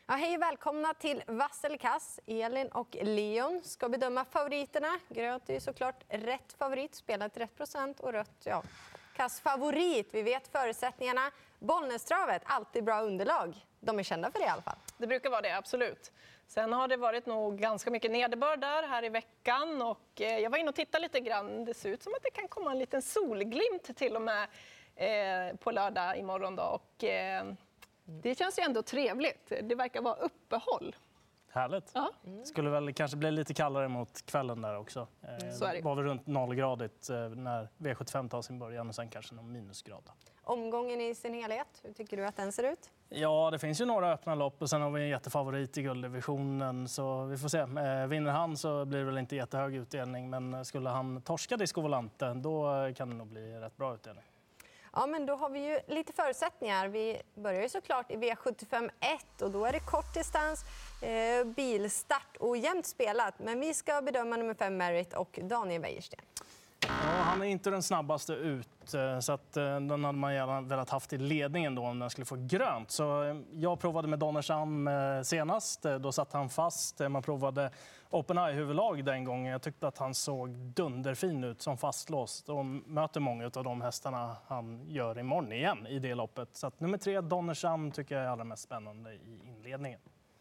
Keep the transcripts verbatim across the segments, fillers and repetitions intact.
Ja, hej och välkomna till Vass eller kass. Elin och Leon ska bedöma favoriterna. Grönt är såklart rätt favorit, spelar till rätt procent, och rött, ja, kass favorit. Vi vet förutsättningarna. Bollnästravet, alltid bra underlag. De är kända för det i alla fall. Det brukar vara det, absolut. Sen har det varit nog ganska mycket nederbörd där här i veckan. Och eh, jag var inne och tittade lite grann. Det ser ut som att det kan komma en liten solglimt till och med eh, på lördag imorgon. Då. Och, eh, det känns ju ändå trevligt. Det verkar vara uppehåll. Härligt. Ja. Mm. Skulle väl kanske bli lite kallare mot kvällen där också. Mm. Så är det. Var väl runt nollgradigt när V sjuttiofem tar sin början och sen kanske någon minusgrad. Omgången i sin helhet, hur tycker du att den ser ut? Ja, det finns ju några öppna lopp och sen har vi en jättefavorit i gulddivisionen. Så vi får se. Vinner han så blir det väl inte jättehög utdelning. Men skulle han torska Disco Volante, då kan det nog bli rätt bra utdelning. Ja, men då har vi ju lite förutsättningar. Vi börjar ju såklart i V sjuttiofem ett och då är det kort distans, eh, bilstart och jämnt spelat. Men vi ska bedöma nummer fem Merit och Daniel Wäjersten. Ja, han är inte den snabbaste ut, så att den hade man gärna velat haft i ledningen då om den skulle få grönt. Så jag provade med Donnersam senast, då satt han fast. Man provade Open Eye-huvudlag den gången. Jag tyckte att han såg dunderfin ut som fastlåst och möter många av de hästarna han gör imorgon igen i det loppet. Så att nummer tre, Donnersam, tycker jag är allra mest spännande i inledningen.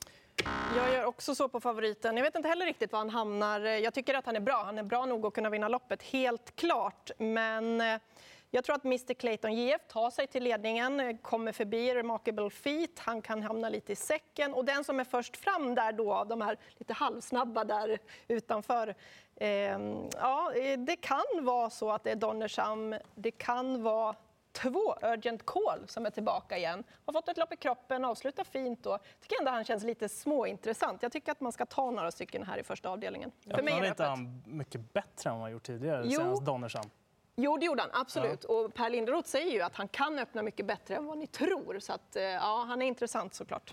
Jag gör också så på favoriten. Jag vet inte heller riktigt var han hamnar. Jag tycker att han är bra. Han är bra nog att kunna vinna loppet, helt klart. Men jag tror att mister Clayton J F tar sig till ledningen, kommer förbi Remarkable Feet. Han kan hamna lite i säcken. Och den som är först fram där då, av de här lite halvsnabba där utanför. Eh, ja, det kan vara så att det är Donnersam. Det kan vara två Urgent Call som är tillbaka igen. Har fått ett lopp i kroppen, avslutar fint då. Tycker ändå han känns lite småintressant. Jag tycker att man ska ta några stycken här i första avdelningen. Jag För mig är det inte han mycket bättre än vad han gjort tidigare, Jo. senast Donnersam. Jo, det gjorde han, absolut. Ja. Och Per Linderoth säger ju att han kan öppna mycket bättre än vad ni tror. Så att, ja, han är intressant såklart.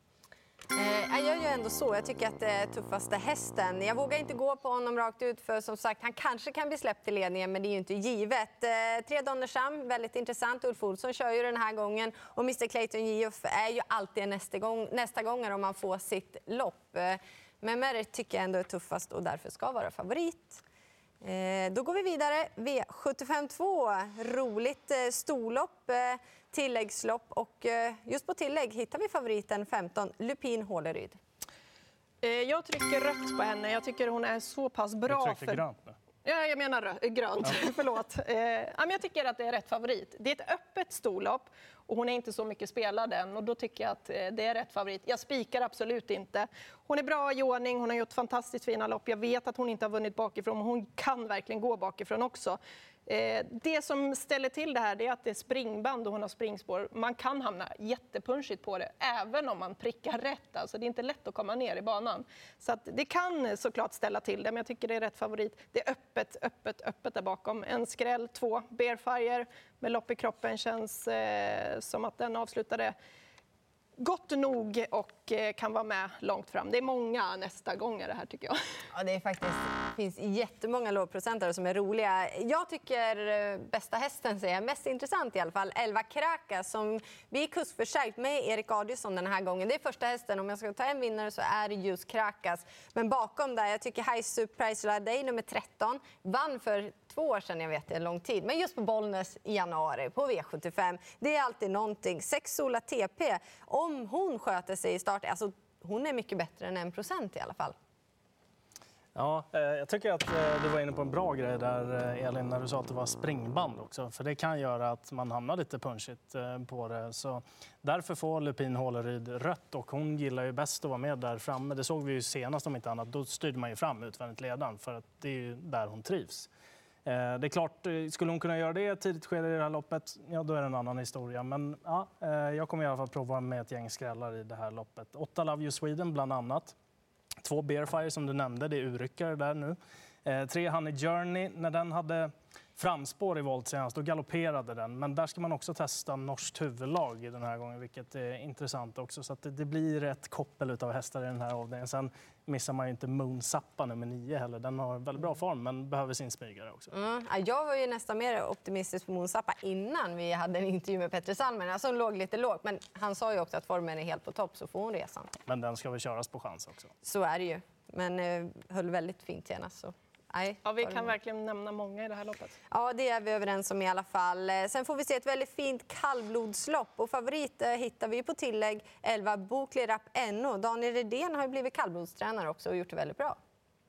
Eh, jag gör ju ändå så. Jag tycker att det är tuffaste hästen. Jag vågar inte gå på honom rakt ut för som sagt, han kanske kan bli släppt i ledningen, men det är ju inte givet. Eh, tre Donnersam, väldigt intressant. Ulf Olsson kör ju den här gången och mister Clayton J F är ju alltid nästa gång, nästa gång om man får sitt lopp. Eh, men Merit tycker jag ändå är tuffast och därför ska vara favorit. Eh, då går vi vidare. V sjuttiofem två, roligt eh, storlopp, eh, tilläggslopp och eh, just på tillägg hittar vi favoriten femton Lupin Håleryd. Eh, jag trycker rött på henne. Jag tycker hon är så pass bra. Du tryckte för... grönt nu. Ja, jag menar rö- grönt. Ja. Förlåt. Eh, men jag tycker att det är rätt favorit. Det är ett öppet storlopp och hon är inte så mycket spelad än. Och då tycker jag att eh, det är rätt favorit. Jag spikar absolut inte. Hon är bra i ordning. Hon har gjort fantastiskt fina lopp. Jag vet att hon inte har vunnit bakifrån, men hon kan verkligen gå bakifrån också. Eh, det som ställer till det här är att det är springband och hon har springspår. Man kan hamna jättepunchigt på det, även om man prickar rätt. Alltså, det är inte lätt att komma ner i banan. Så att det kan såklart ställa till det, men jag tycker det är rätt favorit. Det är öppet, öppet, öppet där bakom. En skräll, två Bearfire med lopp i kroppen känns eh, som att den avslutade gott nog och kan vara med långt fram. Det är många nästa gång det här tycker jag. Ja, det är faktiskt, det finns jättemånga lågprocentare som är roliga. Jag tycker bästa hästen säger mest intressant i alla fall. elva Kraka som blir kuskförstärkt med Erik Adielsson den här gången. Det är första hästen. Om jag ska ta en vinnare så är det just Krakas. Men bakom där, jag tycker High Surprise Day nummer tretton vann för två år sedan, jag vet det är lång tid. Men just på Bollnäs i januari på V sjuttiofem. Det är alltid någonting. Sex Sola T P. Om hon sköter sig i start, alltså hon är mycket bättre än en procent i alla fall. Ja, jag tycker att du var inne på en bra grej där, Elin, när du sa att det var springband också. För det kan göra att man hamnar lite punchigt på det. Så därför får Lupin Håleryd rött och hon gillar ju bäst att vara med där framme. Det såg vi ju senast om inte annat. Då styrde man ju fram utvändigt ledan för att det är ju där hon trivs. Det är klart, skulle hon kunna göra det i ett tidigt skede i det här loppet, ja då är det en annan historia. Men ja, jag kommer i alla fall prova med ett gäng skrällar i det här loppet. Åtta Love You Sweden bland annat. Två Bearfire som du nämnde, det är urryckare där nu. Eh, tre Honey Journey, när den hade framspår i volt senast, då galopperade den. Men där ska man också testa norskt huvudlag i den här gången, vilket är intressant också. Så att det, det blir ett koppel utav hästar i den här avdelningen. Sen missar man ju inte Moon Zappa nummer nio heller. Den har väldigt bra form, men behöver sin smygare också. Mm. Jag var ju nästan mer optimistisk på Moon Zappa innan vi hade en intervju med Petter Salmen. Alltså hon låg lite lågt, men han sa ju också att formen är helt på topp, så får hon resan. Men den ska väl köras på chans också. Så är det ju. Men eh, höll väldigt fint senast. Så. Nej, ja, vi kan verkligen nämna många i det här loppet. Ja, det är vi överens om i alla fall. Sen får vi se ett väldigt fint kallblodslopp. Och favorit eh, hittar vi på tillägg elva Bokli Rap N O. Daniel Redén har ju blivit kallblodstränare också och gjort det väldigt bra.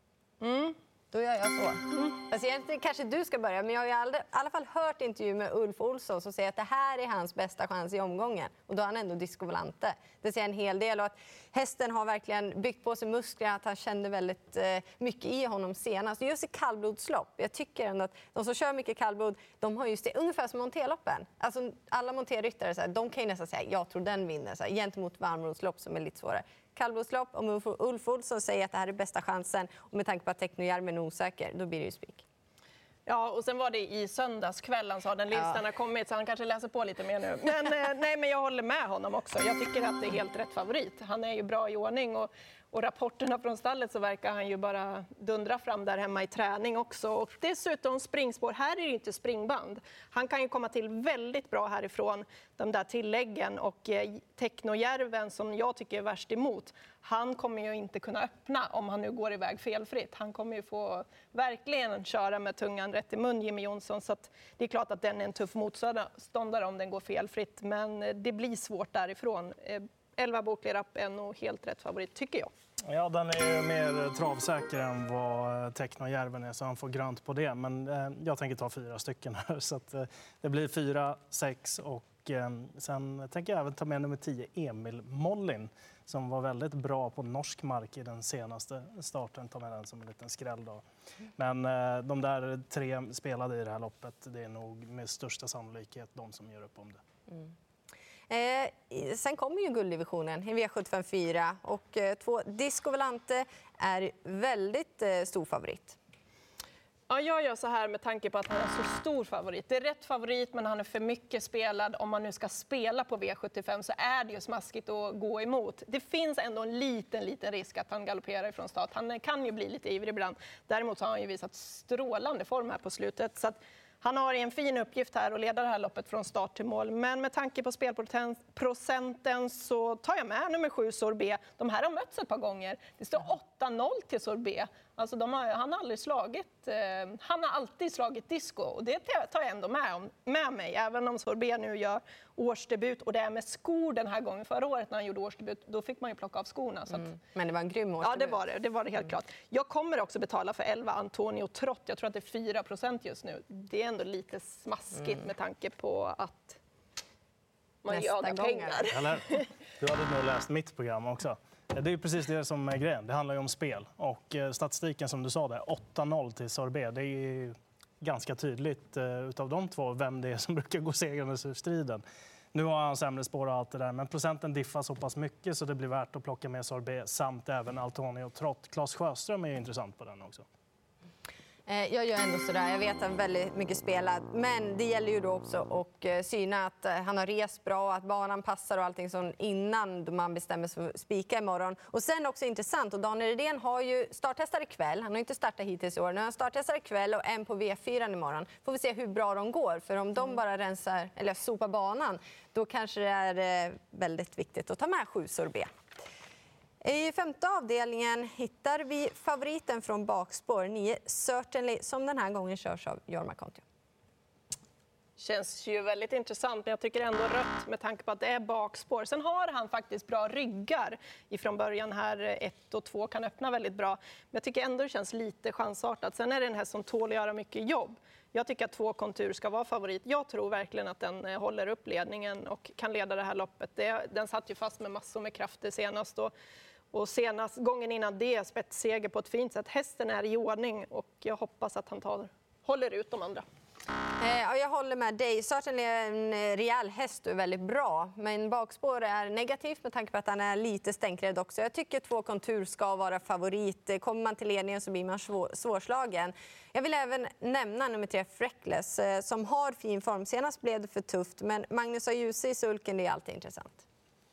Mm. Då gör jag så. Mm. Alltså, egentligen kanske du ska börja, men jag har ju aldrig, i alla fall hört intervju med Ulf Olsson som säger att det här är hans bästa chans i omgången. Och då har han ändå Disco Volante. Det säger en hel del. Och att hästen har verkligen byggt på sig muskler, att han kände väldigt eh, mycket i honom senast. Och just i kallblodslopp, jag tycker ändå att de som kör mycket kallblod, de har just det ungefär som monterloppen. Alltså alla monterryttare, så här, de kan ju nästan säga jag tror den vinner, så här, gentemot varmblodslopp som är lite svårare. Kallblodslopp, om Ulf Olsson säger att det här är bästa chansen och med tanke på att Teknojärven är osäker, då blir det ju spik. Ja, och sen var det i söndagskväll han sa den listan ja. har kommit, så han kanske läser på lite mer nu. Men, eh, nej, men jag håller med honom också. Jag tycker att det är helt rätt favorit. Han är ju bra i ordning och, och rapporterna från stallet så verkar han ju bara dundra fram där hemma i träning också. Och dessutom springspår, här är det inte springband. Han kan ju komma till väldigt bra härifrån de där tilläggen och eh, Teknojärven som jag tycker är värst emot. Han kommer ju inte kunna öppna om han nu går iväg felfritt. Han kommer ju få verkligen köra med tungan rätt i mun, Jimmy Jonsson. Så att det är klart att den är en tuff motståndare om den går felfritt. Men det blir svårt därifrån. elva Bokli Rap är nog helt rätt favorit, tycker jag. Ja, den är mer travsäker än vad Teknojärven är, så han får grönt på det. Men eh, jag tänker ta fyra stycken här. Så att, eh, det blir fyra, sex och eh, sen tänker jag även ta med nummer tio, Emil Mollin, som var väldigt bra på norsk mark i den senaste starten. Ta med den som en liten skräll då. Men eh, de där tre spelade i det här loppet, det är nog med största sannolikhet de som gör upp om det. Mm. Eh, sen kommer ju gulddivisionen i V sjuttiofem fyra och eh, två Disco Volante är väldigt eh, stor favorit. Ja, jag gör så här med tanke på att han är så stor favorit. Det är rätt favorit, men han är för mycket spelad. Om man nu ska spela på V sjuttiofem så är det ju smaskigt att gå emot. Det finns ändå en liten, liten risk att han galopperar ifrån start. Han kan ju bli lite ivrig ibland. Däremot har han ju visat strålande form här på slutet. Så att han har en fin uppgift här att leda det här loppet från start till mål. Men med tanke på spelprocenten så tar jag med nummer sju Sorbet. De här har mötts ett par gånger. Det står åtta noll till Sorbet. Alltså de har, han har aldrig slagit, eh, han har alltid slagit Disco. Och det tar jag ändå med, om, med mig. Även om Sorbet nu gör årsdebut. Och det är med skor den här gången. Förra året när han gjorde årsdebut, då fick man ju plocka av skorna. Så att, mm. Men det var en grym årsdebut. Ja, det var det. Det var det helt mm. klart. Jag kommer också betala för elva Antonio Trott. Jag tror att det är fyra procent just nu. Det är ändå lite smaskigt mm. med tanke på att man Nästa jagar gång, pengar. Eller, du hade nog läst mitt program också. Det är precis det som är grejen. Det handlar ju om spel. Och statistiken som du sa där, åtta noll till Sorbet. Det är ju ganska tydligt uh, utav de två vem det är som brukar gå segrandes ur striden. Nu har han sämre spår och allt det där, men procenten diffar så pass mycket så det blir värt att plocka med Sorbet samt även Antonio Trott. Claes Sjöström är ju intressant på den också. Jag gör ändå sådär. Jag vet att han är väldigt mycket spelad. Men det gäller ju då också att syna att han har rest bra, att banan passar och allting sånt innan man bestämmer sig för att spika imorgon. Och sen också intressant, och Daniel Redén har ju starttestat ikväll. Han har inte startat hittills i år. Nu har han starttestat ikväll och en på V fyra imorgon. Får vi se hur bra de går. För om de bara rensar, eller sopar banan, då kanske det är väldigt viktigt att ta med sju Sorbet. I femte avdelningen hittar vi favoriten från bakspår, nio Certainly, som den här gången körs av Jorma Kontio. Känns ju väldigt intressant, men jag tycker ändå rött med tanke på att det är bakspår. Sen har han faktiskt bra ryggar ifrån början här. Ett och två kan öppna väldigt bra. Men jag tycker ändå det känns lite chansartat. Sen är det den här som tål att göra mycket jobb. Jag tycker att två Kontur ska vara favorit. Jag tror verkligen att den håller upp ledningen och kan leda det här loppet. Det, den satt ju fast med massor med krafter senast. Och, och senast gången innan det spetsseger på ett fint sätt. Hästen är i ordning och jag hoppas att han tar, håller ut de andra. Ja, jag håller med dig. Certainly är en rejäl häst och är väldigt bra. Men bakspår är negativt med tanke på att han är lite stänkrädd också. Jag tycker två kontur ska vara favorit. Kommer man till ledningen så blir man svår, svårslagen. Jag vill även nämna nummer tre Freckless som har fin form. Senast blev det för tufft, men Magnus har ljus i sulken, det är alltid intressant.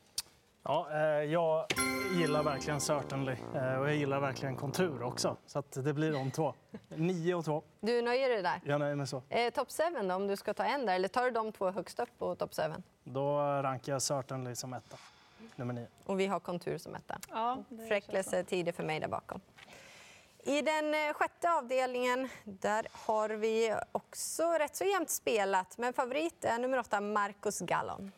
Ja, eh, jag gillar verkligen Certainly eh, och jag gillar verkligen kontur också. Så att det blir de två. Nio och två. Du nöjer dig där? Jag nöjer mig så. Eh, Top sju då, om du ska ta en där, eller tar du de två högst upp på Top sju? Då rankar jag Certainly som etta, nummer nio. Och vi har kontur som etta. Ja, Freckless är tidigt för mig där bakom. I den sjätte avdelningen där har vi också rätt så jämnt spelat. Men favorit är nummer åtta Marcus Gallon.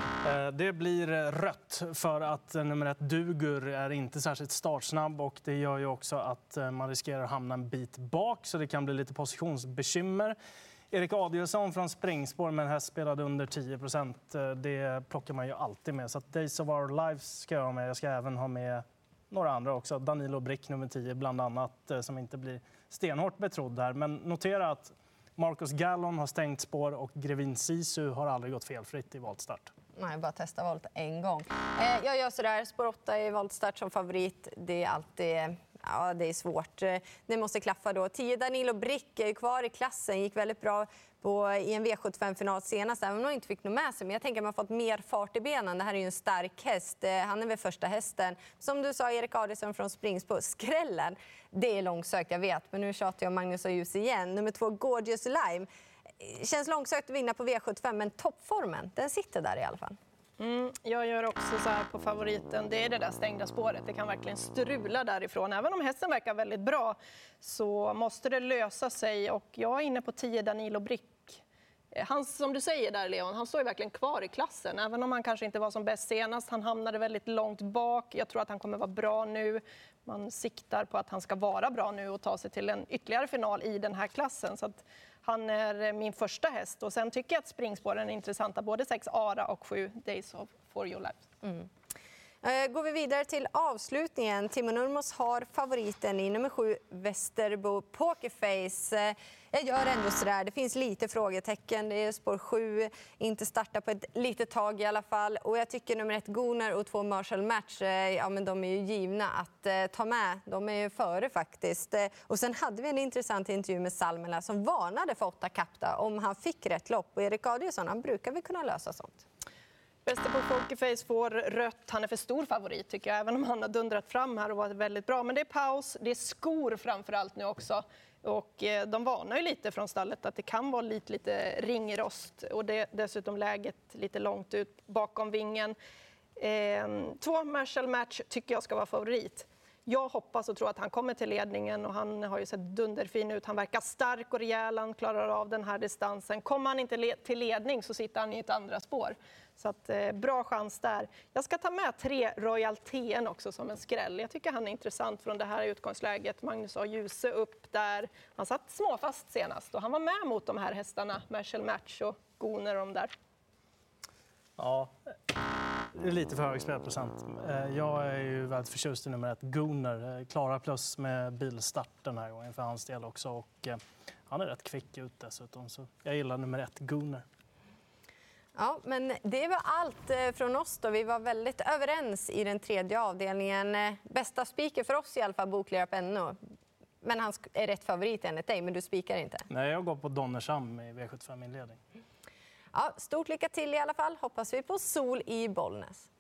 Det blir rött för att nummer ett Dugur är inte särskilt startsnabb och det gör ju också att man riskerar att hamna en bit bak så det kan bli lite positionsbekymmer. Erik Adielsson från springspår med en häst spelade under tio procent. Det plockar man ju alltid med. Så att Days of Our Lives ska jag ha med. Jag ska även ha med några andra också. Danilo Brick nummer tio bland annat som inte blir stenhårt betrodd här. Men notera att Marcus Gallon har stängt spår och Grevin Sisu har aldrig gått felfritt i voltstart. Nej, bara testa volt en gång. Eh, jag gör sådär, spår åtta i voltstart som favorit. Det är alltid... Ja, det är svårt. Det måste klaffa då. tio Danilo Brick är kvar i klassen. Gick väldigt bra på, i en V sjuttiofem-final senast. Även om han inte fick något med sig. Men jag tänker att man har fått mer fart i benen. Det här är ju en stark häst. Han är väl första hästen. Som du sa, Erik Adielsson från springspår. Skrällen, det är långsökt, jag vet. Men nu tjatar jag Magnus och ljus igen. Nummer två, Gorgeous Lime. Känns långsökt att vinna på V sjuttiofem, men toppformen, den sitter där i alla fall. Mm, jag gör också så här på favoriten. Det är det där stängda spåret. Det kan verkligen strula därifrån. Även om hästen verkar väldigt bra så måste det lösa sig. Och jag är inne på tio Danilo Brick. Han, som du säger där, Leon, han står ju verkligen kvar i klassen. Även om han kanske inte var som bäst senast. Han hamnade väldigt långt bak. Jag tror att han kommer vara bra nu. Man siktar på att han ska vara bra nu och ta sig till en ytterligare final i den här klassen. Så att han är min första häst. Och sen tycker jag att springspåren är intressanta. Både sex Ara och sju Days of For Your Life. Mm. Går vi vidare till avslutningen. Timo Nurmos har favoriten i nummer sju Västerbo Pokerface. Jag gör ändå sådär. Det finns lite frågetecken. Det är spår sju. Inte starta på ett litet tag i alla fall. Och jag tycker nummer ett Gunnar och två Marshall Match. Ja, men de är ju givna att eh, ta med. De är ju före faktiskt. Och sen hade vi en intressant intervju med Salmela som varnade för åtta Kapta om han fick rätt lopp. Och Erik Adielsson, han brukar väl kunna lösa sånt. Västerbo Pokerface får rött. Han är för stor favorit tycker jag, även om han har dundrat fram här och varit väldigt bra. Men det är paus, det är skor framför allt nu också. Och eh, de varnar ju lite från stallet att det kan vara lite, lite ringrost. Och det är dessutom läget lite långt ut bakom vingen. Eh, två Marshall Match tycker jag ska vara favorit. Jag hoppas och tror att han kommer till ledningen och han har ju sett dunderfin ut. Han verkar stark och rejäl, han klarar av den här distansen. Kommer han inte till ledning så sitter han i ett andra spår. Så att, eh, bra chans där. Jag ska ta med tre Royal T N också som en skräll. Jag tycker han är intressant från det här utgångsläget. Magnus har Ljuse upp där. Han satt småfast senast och han var med mot de här hästarna. Marshall Match och Goner och de där. Ja, det är lite för hög spelprocent. Jag är ju väldigt förtjust i nummer ett Gunnar. Klara plus med bilstart den här gången för hans del också. Och han är rätt kvick ut dessutom. Så jag gillar nummer ett Gunnar. Ja, men det var allt från oss då. Vi var väldigt överens i den tredje avdelningen. Bästa speaker för oss i alla fall, Boklera Penno. Men han är rätt favorit enligt dig, men du spikar inte. Nej, jag går på Donnersam i V sjuttiofem-inledning. Ja, stort lycka till i alla fall. Hoppas vi på sol i Bollnäs.